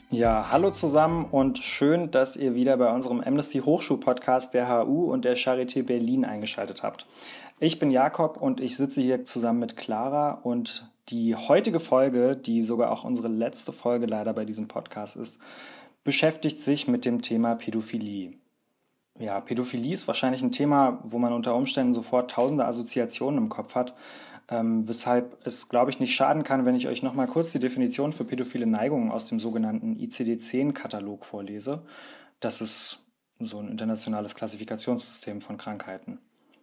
Ja, hallo zusammen und schön, dass ihr wieder bei unserem Amnesty Hochschul-Podcast der HU und der Charité Berlin eingeschaltet habt. Ich bin Jakob und ich sitze hier zusammen mit Clara und die heutige Folge, die sogar auch unsere letzte Folge leider bei diesem Podcast ist, beschäftigt sich mit dem Thema Pädophilie. Ja, Pädophilie ist wahrscheinlich ein Thema, wo man unter Umständen sofort tausende Assoziationen im Kopf hat, weshalb es, glaube ich, nicht schaden kann, wenn ich euch nochmal kurz die Definition für pädophile Neigungen aus dem sogenannten ICD-10-Katalog vorlese. Das ist so ein internationales Klassifikationssystem von Krankheiten.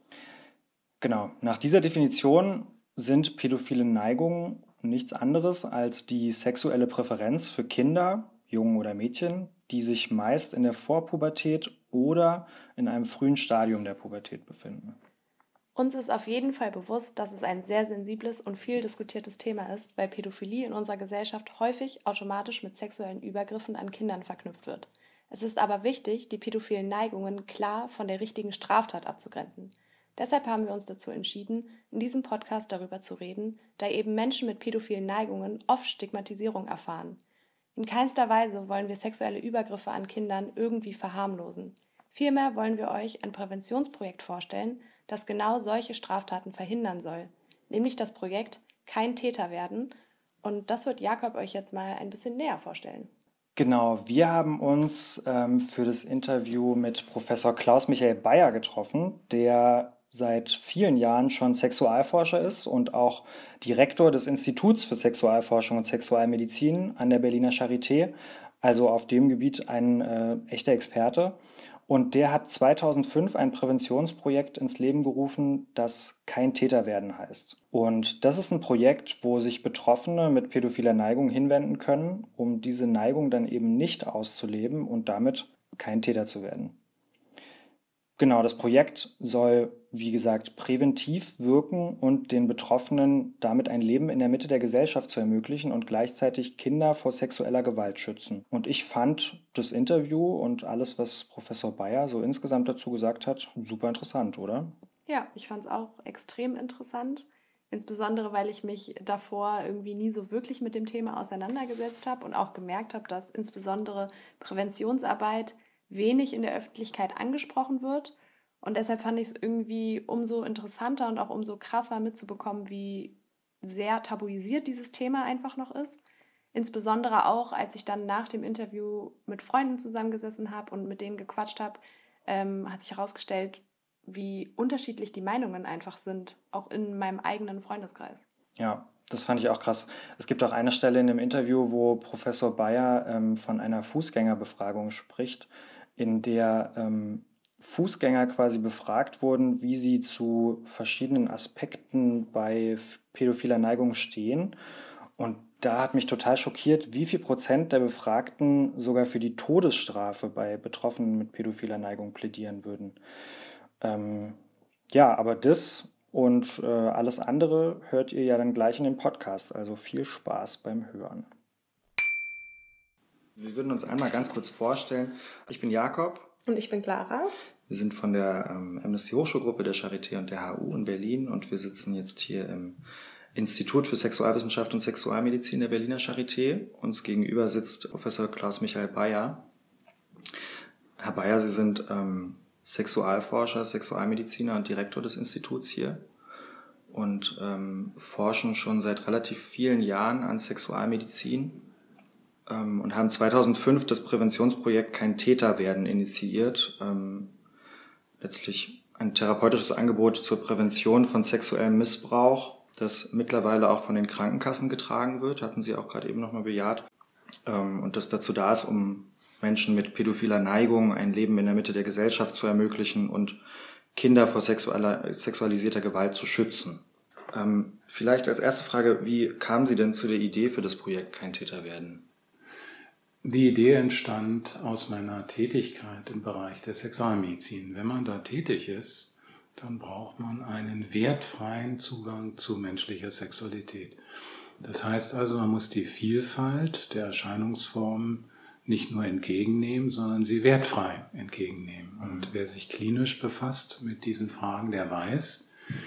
Genau, nach dieser Definition sind pädophile Neigungen nichts anderes als die sexuelle Präferenz für Kinder, Jungen oder Mädchen, die sich meist in der Vorpubertät oder in einem frühen Stadium der Pubertät befinden. Uns ist auf jeden Fall bewusst, dass es ein sehr sensibles und viel diskutiertes Thema ist, weil Pädophilie in unserer Gesellschaft häufig automatisch mit sexuellen Übergriffen an Kindern verknüpft wird. Es ist aber wichtig, die pädophilen Neigungen klar von der richtigen Straftat abzugrenzen. Deshalb haben wir uns dazu entschieden, in diesem Podcast darüber zu reden, da eben Menschen mit pädophilen Neigungen oft Stigmatisierung erfahren. In keinster Weise wollen wir sexuelle Übergriffe an Kindern irgendwie verharmlosen. Vielmehr wollen wir euch ein Präventionsprojekt vorstellen, das genau solche Straftaten verhindern soll, nämlich das Projekt Kein Täter werden. Und das wird Jakob euch jetzt mal ein bisschen näher vorstellen. Genau, wir haben uns für das Interview mit Professor Klaus-Michael Bayer getroffen, der seit vielen Jahren schon Sexualforscher ist und auch Direktor des Instituts für Sexualforschung und Sexualmedizin an der Berliner Charité, also auf dem Gebiet ein echter Experte. Und der hat 2005 ein Präventionsprojekt ins Leben gerufen, das Kein Täter werden heißt. Und das ist ein Projekt, wo sich Betroffene mit pädophiler Neigung hinwenden können, um diese Neigung dann eben nicht auszuleben und damit kein Täter zu werden. Genau, das Projekt soll, wie gesagt, präventiv wirken und den Betroffenen damit ein Leben in der Mitte der Gesellschaft zu ermöglichen und gleichzeitig Kinder vor sexueller Gewalt schützen. Und ich fand das Interview und alles, was Professor Bayer so insgesamt dazu gesagt hat, super interessant, oder? Ja, ich fand es auch extrem interessant, insbesondere weil ich mich davor irgendwie nie so wirklich mit dem Thema auseinandergesetzt habe und auch gemerkt habe, dass insbesondere Präventionsarbeit wenig in der Öffentlichkeit angesprochen wird. Und deshalb fand ich es irgendwie umso interessanter und auch umso krasser mitzubekommen, wie sehr tabuisiert dieses Thema einfach noch ist. Insbesondere auch, als ich dann nach dem Interview mit Freunden zusammengesessen habe und mit denen gequatscht habe, hat sich herausgestellt, wie unterschiedlich die Meinungen einfach sind, auch in meinem eigenen Freundeskreis. Ja, das fand ich auch krass. Es gibt auch eine Stelle in dem Interview, wo Professor Bayer von einer Fußgängerbefragung spricht, in der Fußgänger quasi befragt wurden, wie sie zu verschiedenen Aspekten bei pädophiler Neigung stehen. Und da hat mich total schockiert, wie viel Prozent der Befragten sogar für die Todesstrafe bei Betroffenen mit pädophiler Neigung plädieren würden. Ja, aber das und alles andere hört ihr ja dann gleich in dem Podcast. Also viel Spaß beim Hören. Wir würden uns einmal ganz kurz vorstellen. Ich bin Jakob. Und ich bin Clara. Wir sind von der Amnesty Hochschulgruppe der Charité und der HU in Berlin und wir sitzen jetzt hier im Institut für Sexualwissenschaft und Sexualmedizin der Berliner Charité. Uns gegenüber sitzt Professor Klaus-Michael Bayer. Herr Bayer, Sie sind Sexualforscher, Sexualmediziner und Direktor des Instituts hier und forschen schon seit relativ vielen Jahren an Sexualmedizin und haben 2005 das Präventionsprojekt Kein Täter werden initiiert. Letztlich ein therapeutisches Angebot zur Prävention von sexuellem Missbrauch, das mittlerweile auch von den Krankenkassen getragen wird, hatten Sie auch gerade eben nochmal bejaht. Und das dazu da ist, um Menschen mit pädophiler Neigung ein Leben in der Mitte der Gesellschaft zu ermöglichen und Kinder vor sexualisierter Gewalt zu schützen. Vielleicht als erste Frage, wie kamen Sie denn zu der Idee für das Projekt Kein Täter werden? Die Idee entstand aus meiner Tätigkeit im Bereich der Sexualmedizin. Wenn man da tätig ist, dann braucht man einen wertfreien Zugang zu menschlicher Sexualität. Das heißt also, man muss die Vielfalt der Erscheinungsformen nicht nur entgegennehmen, sondern sie wertfrei entgegennehmen. Und wer sich klinisch befasst mit diesen Fragen, der weiß,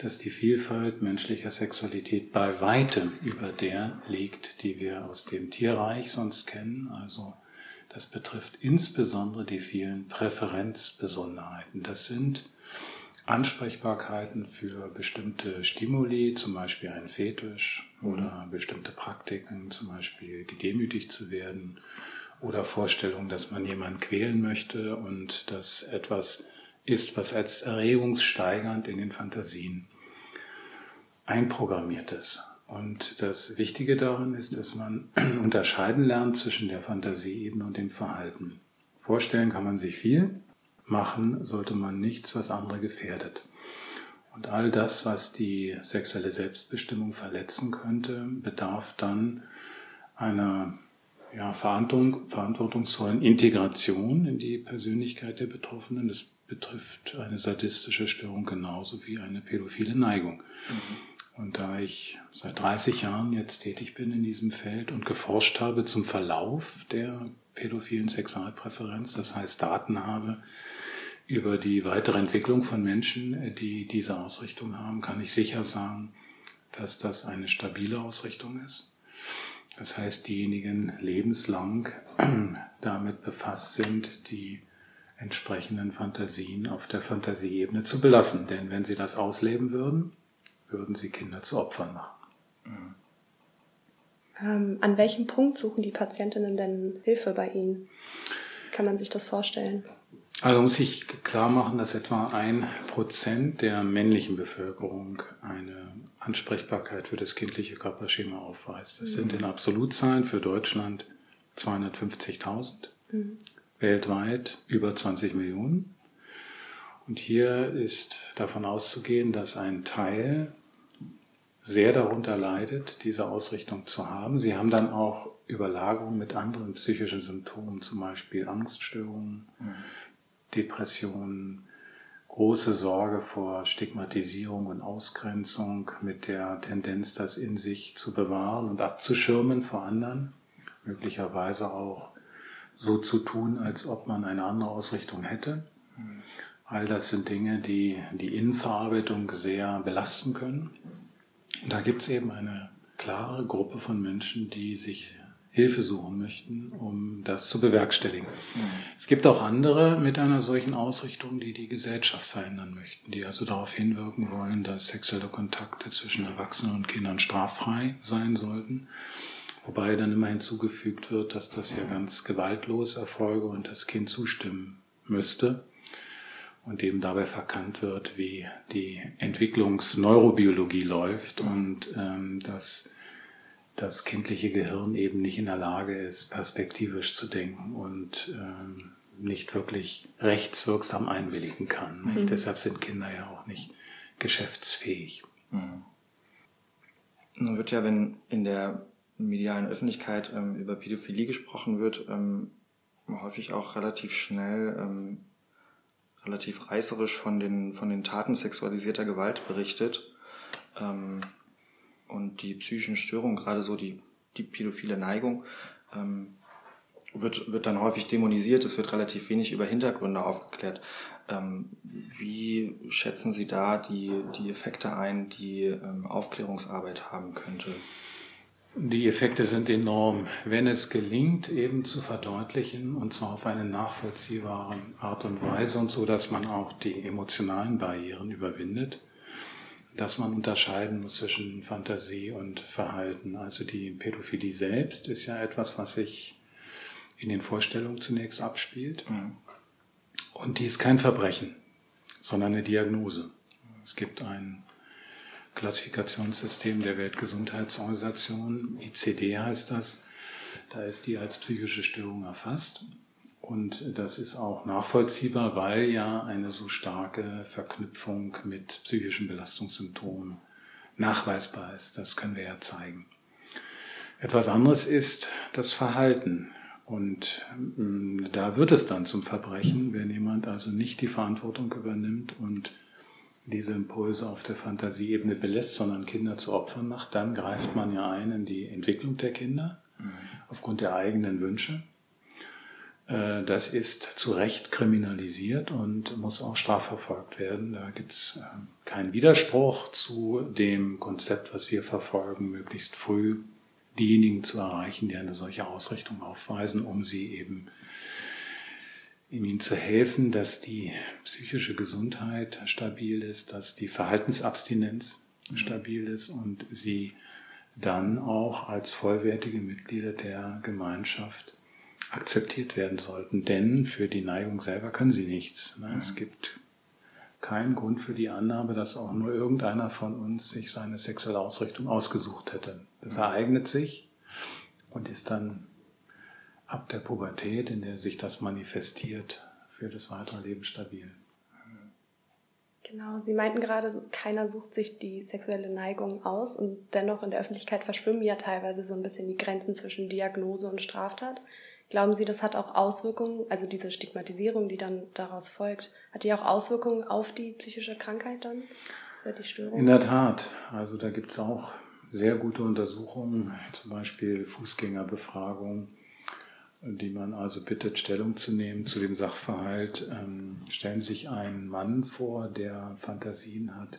dass die Vielfalt menschlicher Sexualität bei weitem über der liegt, die wir aus dem Tierreich sonst kennen. Also das betrifft insbesondere die vielen Präferenzbesonderheiten. Das sind Ansprechbarkeiten für bestimmte Stimuli, zum Beispiel einen Fetisch oder bestimmte Praktiken, zum Beispiel gedemütigt zu werden oder Vorstellungen, dass man jemanden quälen möchte und das etwas ist, was als erregungssteigernd in den Fantasien einprogrammiert ist. Und das Wichtige daran ist, dass man unterscheiden lernt zwischen der Fantasieebene und dem Verhalten. Vorstellen kann man sich viel, machen sollte man nichts, was andere gefährdet. Und all das, was die sexuelle Selbstbestimmung verletzen könnte, bedarf dann einer verantwortungsvollen Integration in die Persönlichkeit der Betroffenen. Das betrifft eine sadistische Störung genauso wie eine pädophile Neigung. Und da ich seit 30 Jahren jetzt tätig bin in diesem Feld und geforscht habe zum Verlauf der pädophilen Sexualpräferenz, das heißt Daten habe über die weitere Entwicklung von Menschen, die diese Ausrichtung haben, kann ich sicher sagen, dass das eine stabile Ausrichtung ist. Das heißt, diejenigen lebenslang damit befasst sind, die entsprechenden Fantasien auf der Fantasieebene zu belassen. Denn wenn sie das ausleben würden, würden sie Kinder zu Opfern machen. An welchem Punkt suchen die Patientinnen denn Hilfe bei Ihnen? Wie kann man sich das vorstellen? Also muss ich klar machen, dass etwa 1% der männlichen Bevölkerung eine Ansprechbarkeit für das kindliche Körperschema aufweist. Das sind in Absolutzahlen für Deutschland 250.000, weltweit über 20 Millionen. Und hier ist davon auszugehen, dass ein Teil sehr darunter leidet, diese Ausrichtung zu haben. Sie haben dann auch Überlagerungen mit anderen psychischen Symptomen, zum Beispiel Angststörungen, Depressionen, große Sorge vor Stigmatisierung und Ausgrenzung mit der Tendenz, das in sich zu bewahren und abzuschirmen vor anderen, möglicherweise auch so zu tun, als ob man eine andere Ausrichtung hätte. All das sind Dinge, die die Innenverarbeitung sehr belasten können. Und da gibt es eben eine klare Gruppe von Menschen, die sich Hilfe suchen möchten, um das zu bewerkstelligen. Es gibt auch andere mit einer solchen Ausrichtung, die die Gesellschaft verändern möchten, die also darauf hinwirken wollen, dass sexuelle Kontakte zwischen Erwachsenen und Kindern straffrei sein sollten. Wobei dann immer hinzugefügt wird, dass das ja ganz gewaltlos erfolge und das Kind zustimmen müsste. Und eben dabei verkannt wird, wie die Entwicklungsneurobiologie läuft und dass das kindliche Gehirn eben nicht in der Lage ist, perspektivisch zu denken und nicht wirklich rechtswirksam einwilligen kann. Deshalb sind Kinder ja auch nicht geschäftsfähig. Nun wird ja, wenn in der medialen Öffentlichkeit über Pädophilie gesprochen wird, häufig auch relativ schnell relativ reißerisch von den Taten sexualisierter Gewalt berichtet. Und die psychischen Störungen, gerade so die pädophile Neigung, wird dann häufig dämonisiert. Es wird relativ wenig über Hintergründe aufgeklärt. Wie schätzen Sie da die Effekte ein, die Aufklärungsarbeit haben könnte? Die Effekte sind enorm. Wenn es gelingt, eben zu verdeutlichen, und zwar auf eine nachvollziehbare Art und Weise und so, dass man auch die emotionalen Barrieren überwindet, dass man unterscheiden muss zwischen Fantasie und Verhalten. Also die Pädophilie selbst ist ja etwas, was sich in den Vorstellungen zunächst abspielt. Und die ist kein Verbrechen, sondern eine Diagnose. Es gibt ein Klassifikationssystem der Weltgesundheitsorganisation, ICD heißt das. Da ist die als psychische Störung erfasst. Und das ist auch nachvollziehbar, weil ja eine so starke Verknüpfung mit psychischen Belastungssymptomen nachweisbar ist. Das können wir ja zeigen. Etwas anderes ist das Verhalten. Und da wird es dann zum Verbrechen, wenn jemand also nicht die Verantwortung übernimmt und diese Impulse auf der Fantasieebene belässt, sondern Kinder zu Opfern macht, dann greift man ja ein in die Entwicklung der Kinder aufgrund der eigenen Wünsche. das ist zu Recht kriminalisiert und muss auch strafverfolgt werden. Da gibt es keinen Widerspruch zu dem Konzept, was wir verfolgen, möglichst früh diejenigen zu erreichen, die eine solche Ausrichtung aufweisen, um sie eben ihnen zu helfen, dass die psychische Gesundheit stabil ist, dass die Verhaltensabstinenz stabil ist und sie dann auch als vollwertige Mitglieder der Gemeinschaft akzeptiert werden sollten. Denn für die Neigung selber können sie nichts. Es gibt keinen Grund für die Annahme, dass auch nur irgendeiner von uns sich seine sexuelle Ausrichtung ausgesucht hätte. Das ereignet sich und ist dann ab der Pubertät, in der sich das manifestiert, für das weitere Leben stabil. Genau, Sie meinten gerade, keiner sucht sich die sexuelle Neigung aus und dennoch in der Öffentlichkeit verschwimmen ja teilweise so ein bisschen die Grenzen zwischen Diagnose und Straftat. Glauben Sie, das hat auch Auswirkungen, also diese Stigmatisierung, die dann daraus folgt, hat die auch Auswirkungen auf die psychische Krankheit dann oder die Störung? In der Tat, also da gibt es auch sehr gute Untersuchungen, zum Beispiel Fußgängerbefragung, die man also bittet, Stellung zu nehmen zu dem Sachverhalt. Stellen Sie sich einen Mann vor, der Fantasien hat,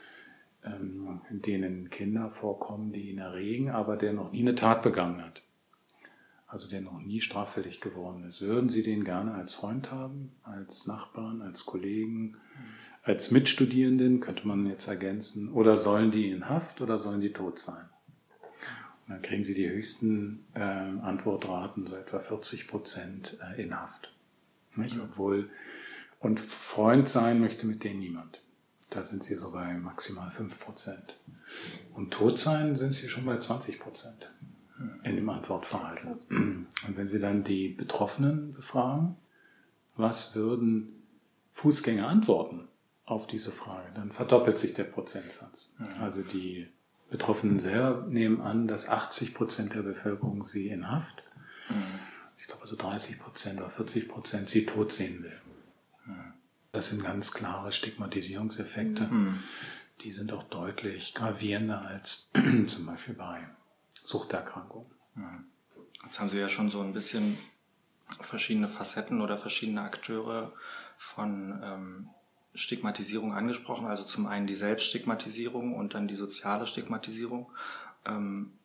in denen Kinder vorkommen, die ihn erregen, aber der noch nie eine Tat begangen hat. Also der noch nie straffällig geworden ist. Würden Sie den gerne als Freund haben, als Nachbarn, als Kollegen, als Mitstudierenden, könnte man jetzt ergänzen, oder sollen die in Haft oder sollen die tot sein? Und dann kriegen Sie die höchsten Antwortraten, so etwa 40% in Haft. Nicht? Obwohl, und Freund sein möchte mit denen niemand. Da sind Sie so bei maximal 5%. Und tot sein sind Sie schon bei 20%. In dem Antwortverhalten. Und wenn Sie dann die Betroffenen befragen, was würden Fußgänger antworten auf diese Frage, dann verdoppelt sich der Prozentsatz. Also die Betroffenen selber nehmen an, dass 80% der Bevölkerung sie in Haft, ich glaube also 30% oder 40% sie tot sehen will. Das sind ganz klare Stigmatisierungseffekte. Die sind auch deutlich gravierender als zum Beispiel bei Suchterkrankung. Jetzt haben Sie ja schon so ein bisschen verschiedene Facetten oder verschiedene Akteure von Stigmatisierung angesprochen. Also zum einen die Selbststigmatisierung und dann die soziale Stigmatisierung. Das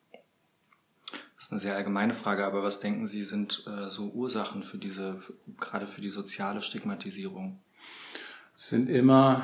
ist eine sehr allgemeine Frage, aber was denken Sie sind so Ursachen für gerade für die soziale Stigmatisierung? Es sind immer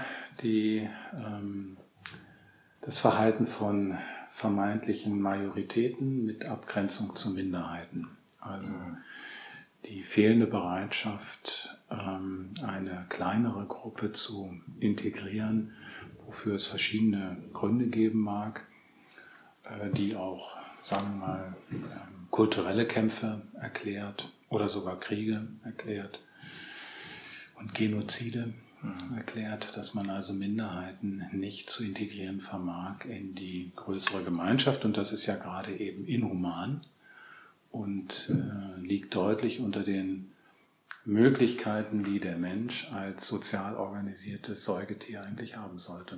das Verhalten von vermeintlichen Majoritäten mit Abgrenzung zu Minderheiten. Also die fehlende Bereitschaft, eine kleinere Gruppe zu integrieren, wofür es verschiedene Gründe geben mag, die auch, sagen wir mal, kulturelle Kämpfe erklärt oder sogar Kriege erklärt und Genozide erklärt, dass man also Minderheiten nicht zu integrieren vermag in die größere Gemeinschaft. Und das ist ja gerade eben inhuman und liegt deutlich unter den Möglichkeiten, die der Mensch als sozial organisiertes Säugetier eigentlich haben sollte.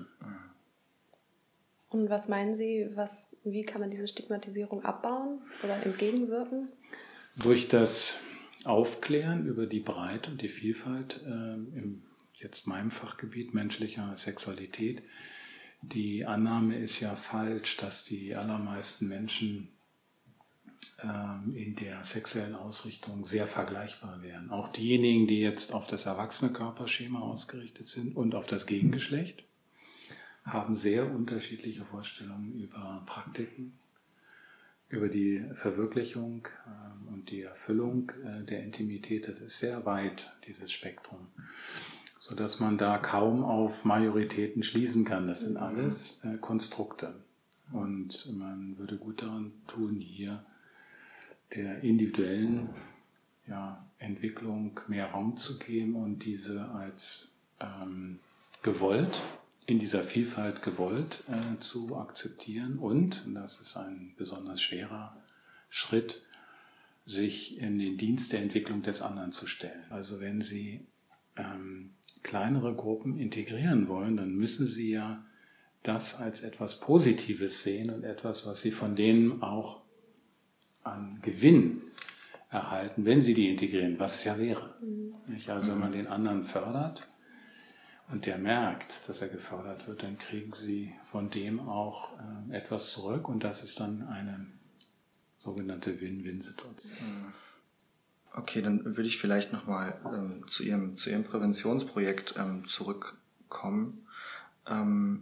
Und was meinen Sie, wie kann man diese Stigmatisierung abbauen oder entgegenwirken? Durch das Aufklären über die Breite und die Vielfalt im jetzt meinem Fachgebiet menschlicher Sexualität. Die Annahme ist ja falsch, dass die allermeisten Menschen in der sexuellen Ausrichtung sehr vergleichbar wären. Auch diejenigen, die jetzt auf das erwachsene Körperschema ausgerichtet sind und auf das Gegengeschlecht, haben sehr unterschiedliche Vorstellungen über Praktiken, über die Verwirklichung und die Erfüllung der Intimität. Das ist sehr weit, dieses Spektrum, sodass man da kaum auf Majoritäten schließen kann. Das sind alles Konstrukte. Und man würde gut daran tun, hier der individuellen Entwicklung mehr Raum zu geben und diese als gewollt, in dieser Vielfalt gewollt zu akzeptieren. Und das ist ein besonders schwerer Schritt, sich in den Dienst der Entwicklung des anderen zu stellen. Also wenn Sie kleinere Gruppen integrieren wollen, dann müssen Sie ja das als etwas Positives sehen und etwas, was Sie von denen auch an Gewinn erhalten, wenn sie die integrieren, was es ja wäre. Nicht? Also wenn man den anderen fördert und der merkt, dass er gefördert wird, dann kriegen sie von dem auch etwas zurück und das ist dann eine sogenannte Win-Win-Situation. Okay, dann würde ich vielleicht nochmal zu Ihrem Präventionsprojekt zurückkommen. Wir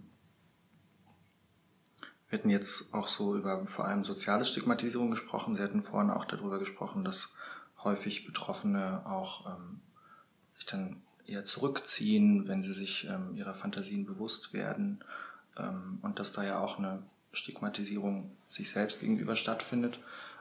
hatten jetzt auch so über vor allem soziale Stigmatisierung gesprochen. Sie hatten vorhin auch darüber gesprochen, dass häufig Betroffene auch sich dann eher zurückziehen, wenn sie sich ihrer Fantasien bewusst werden und dass da ja auch eine Stigmatisierung sich selbst gegenüber stattfindet.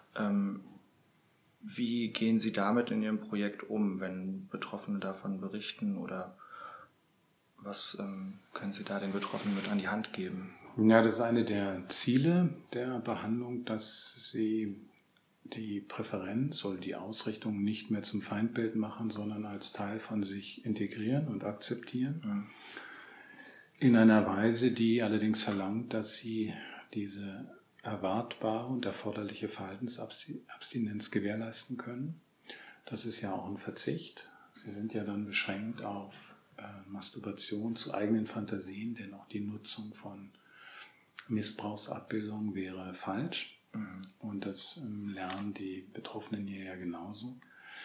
Wie gehen Sie damit in Ihrem Projekt um, wenn Betroffene davon berichten oder was können Sie da den Betroffenen mit an die Hand geben? Ja, das ist eine der Ziele der Behandlung, dass sie die Präferenz oder die Ausrichtung nicht mehr zum Feindbild machen, sondern als Teil von sich integrieren und akzeptieren. In einer Weise, die allerdings verlangt, dass sie diese erwartbare und erforderliche Verhaltensabstinenz gewährleisten können. Das ist ja auch ein Verzicht. Sie sind ja dann beschränkt auf Masturbation zu eigenen Fantasien, denn auch die Nutzung von Missbrauchsabbildung wäre falsch. Und das lernen die Betroffenen hier ja genauso.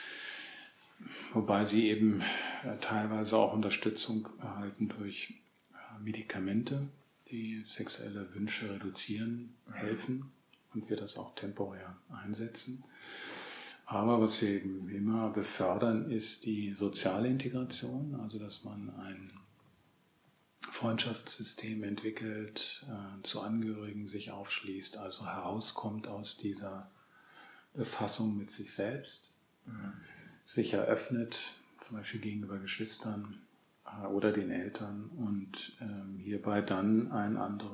Wobei sie eben teilweise auch Unterstützung erhalten durch Medikamente, die sexuelle Wünsche reduzieren, helfen und wir das auch temporär einsetzen. Aber was wir eben immer befördern, ist die soziale Integration, also dass man ein Freundschaftssystem entwickelt, zu Angehörigen sich aufschließt, also herauskommt aus dieser Befassung mit sich selbst, sich eröffnet, zum Beispiel gegenüber Geschwistern oder den Eltern und hierbei dann einen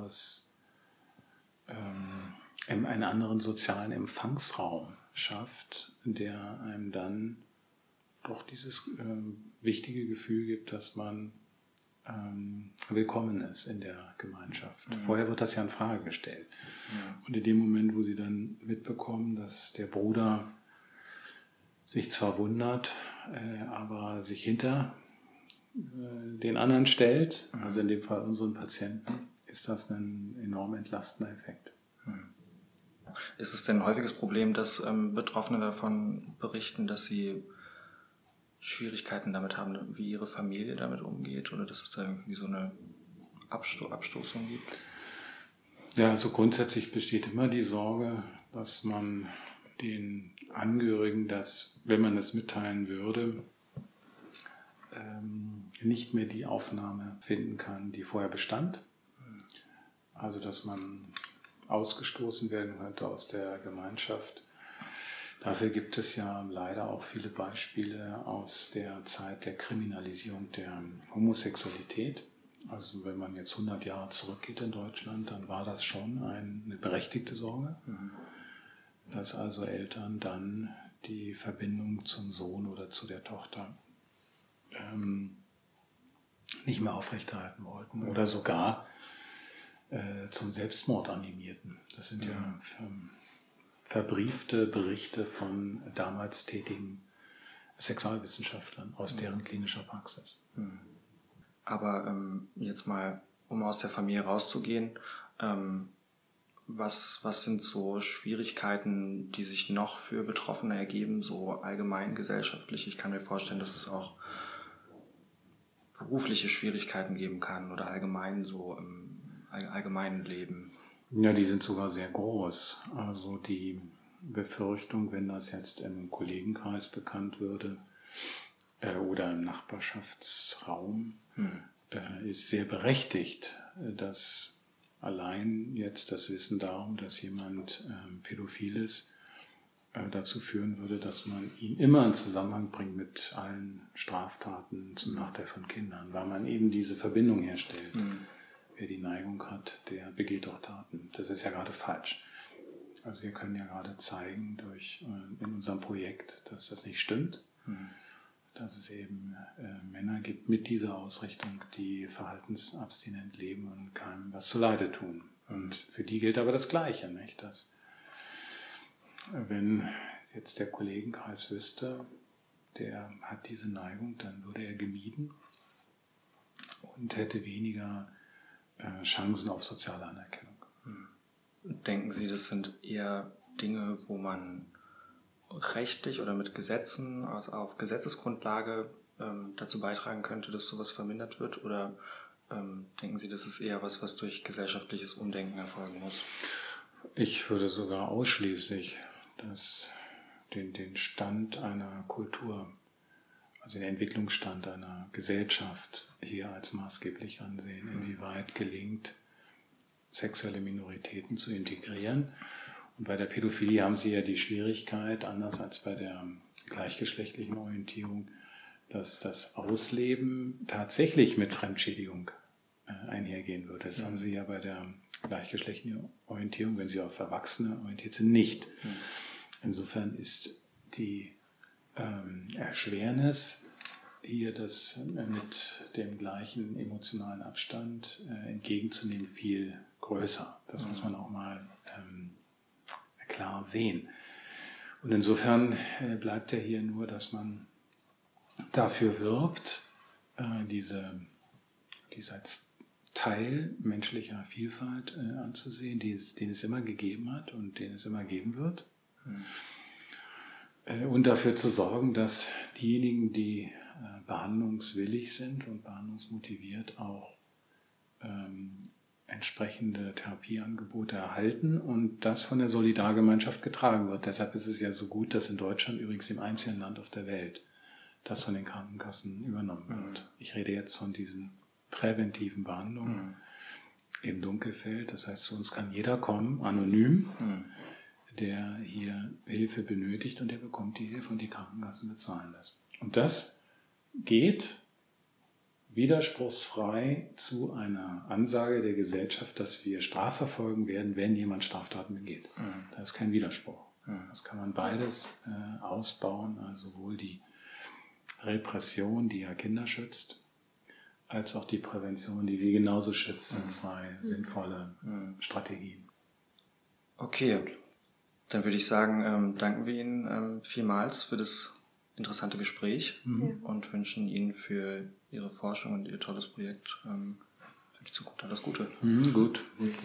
anderen sozialen Empfangsraum schafft, der einem dann doch dieses wichtige Gefühl gibt, dass man willkommen ist in der Gemeinschaft. Vorher wird das ja in Frage gestellt. Und in dem Moment, wo sie dann mitbekommen, dass der Bruder sich zwar wundert, aber sich hinter den anderen stellt, also in dem Fall unseren Patienten, ist das ein enorm entlastender Effekt. Ist es denn ein häufiges Problem, dass Betroffene davon berichten, dass sie Schwierigkeiten damit haben, wie ihre Familie damit umgeht oder dass es da irgendwie so eine Abstoßung gibt? Ja, also grundsätzlich besteht immer die Sorge, dass man den Angehörigen das, wenn man es mitteilen würde, nicht mehr die Aufnahme finden kann, die vorher bestand. Also dass man ausgestoßen werden könnte aus der Gemeinschaft. Dafür gibt es ja leider auch viele Beispiele aus der Zeit der Kriminalisierung der Homosexualität. Also wenn man jetzt 100 Jahre zurückgeht in Deutschland, dann war das schon eine berechtigte Sorge, dass also Eltern dann die Verbindung zum Sohn oder zu der Tochter nicht mehr aufrechterhalten wollten oder sogar zum Selbstmord animierten. Das sind ja verbriefte Berichte von damals tätigen Sexualwissenschaftlern aus deren klinischer Praxis. Aber jetzt mal, um aus der Familie rauszugehen, was sind so Schwierigkeiten, die sich noch für Betroffene ergeben, so allgemein gesellschaftlich? Ich kann mir vorstellen, dass es auch berufliche Schwierigkeiten geben kann oder allgemein so im allgemeinen Leben. Ja, die sind sogar sehr groß. Also die Befürchtung, wenn das jetzt im Kollegenkreis bekannt würde oder im Nachbarschaftsraum, ist sehr berechtigt, dass allein jetzt das Wissen darum, dass jemand pädophil ist, dazu führen würde, dass man ihn immer in Zusammenhang bringt mit allen Straftaten zum Nachteil von Kindern, weil man eben diese Verbindung herstellt. Wer die Neigung hat, der begeht auch Taten. Das ist ja gerade falsch. Also wir können ja gerade zeigen in unserem Projekt, dass das nicht stimmt, dass es eben Männer gibt mit dieser Ausrichtung, die verhaltensabstinent leben und keinem was zuleide tun. Und für die gilt aber das Gleiche, nicht? Dass wenn jetzt der Kollegenkreis wüsste, der hat diese Neigung, dann würde er gemieden und hätte weniger Chancen auf soziale Anerkennung. Denken Sie, das sind eher Dinge, wo man rechtlich oder mit Gesetzen, also auf Gesetzesgrundlage dazu beitragen könnte, dass sowas vermindert wird? Oder denken Sie, das ist eher was durch gesellschaftliches Umdenken erfolgen muss? Ich würde sogar ausschließlich den Stand einer Kultur, also den Entwicklungsstand einer Gesellschaft hier als maßgeblich ansehen, inwieweit gelingt, sexuelle Minoritäten zu integrieren. Und bei der Pädophilie haben Sie ja die Schwierigkeit, anders als bei der gleichgeschlechtlichen Orientierung, dass das Ausleben tatsächlich mit Fremdschädigung einhergehen würde. Das haben Sie ja bei der gleichgeschlechtlichen Orientierung, wenn Sie auf Erwachsene orientiert sind, nicht. Insofern ist die Erschwernis, hier das mit dem gleichen emotionalen Abstand entgegenzunehmen, viel größer. Das muss man auch mal klar sehen. Und insofern bleibt ja hier nur, dass man dafür wirbt, diese als Teil menschlicher Vielfalt anzusehen, den es immer gegeben hat und den es immer geben wird. Und dafür zu sorgen, dass diejenigen, die behandlungswillig sind und behandlungsmotiviert, auch entsprechende Therapieangebote erhalten und das von der Solidargemeinschaft getragen wird. Deshalb ist es ja so gut, dass in Deutschland, übrigens dem einzigen Land auf der Welt, das von den Krankenkassen übernommen wird. Ich rede jetzt von diesen präventiven Behandlungen im Dunkelfeld. Das heißt, zu uns kann jeder kommen, anonym, der hier Hilfe benötigt und der bekommt die Hilfe und die Krankenkassen bezahlen das. Und das geht widerspruchsfrei zu einer Ansage der Gesellschaft, dass wir strafverfolgen werden, wenn jemand Straftaten begeht. Da ist kein Widerspruch. Das kann man beides ausbauen, also sowohl die Repression, die ja Kinder schützt, als auch die Prävention, die sie genauso schützt, sind zwei sinnvolle Strategien. Okay, dann würde ich sagen, danken wir Ihnen vielmals für das interessante Gespräch und wünschen Ihnen für Ihre Forschung und Ihr tolles Projekt für die Zukunft alles Gute. Gut.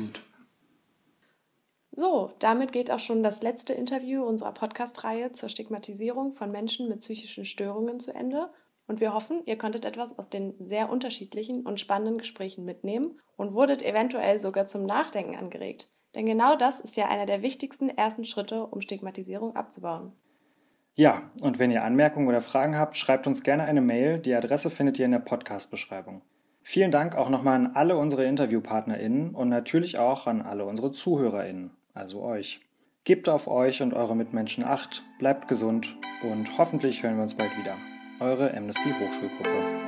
So, damit geht auch schon das letzte Interview unserer Podcast-Reihe zur Stigmatisierung von Menschen mit psychischen Störungen zu Ende. Und wir hoffen, ihr konntet etwas aus den sehr unterschiedlichen und spannenden Gesprächen mitnehmen und wurdet eventuell sogar zum Nachdenken angeregt. Denn genau das ist ja einer der wichtigsten ersten Schritte, um Stigmatisierung abzubauen. Ja, und wenn ihr Anmerkungen oder Fragen habt, schreibt uns gerne eine Mail. Die Adresse findet ihr in der Podcast-Beschreibung. Vielen Dank auch nochmal an alle unsere InterviewpartnerInnen und natürlich auch an alle unsere ZuhörerInnen, also euch. Gebt auf euch und eure Mitmenschen Acht, bleibt gesund und hoffentlich hören wir uns bald wieder. Eure Amnesty Hochschulgruppe.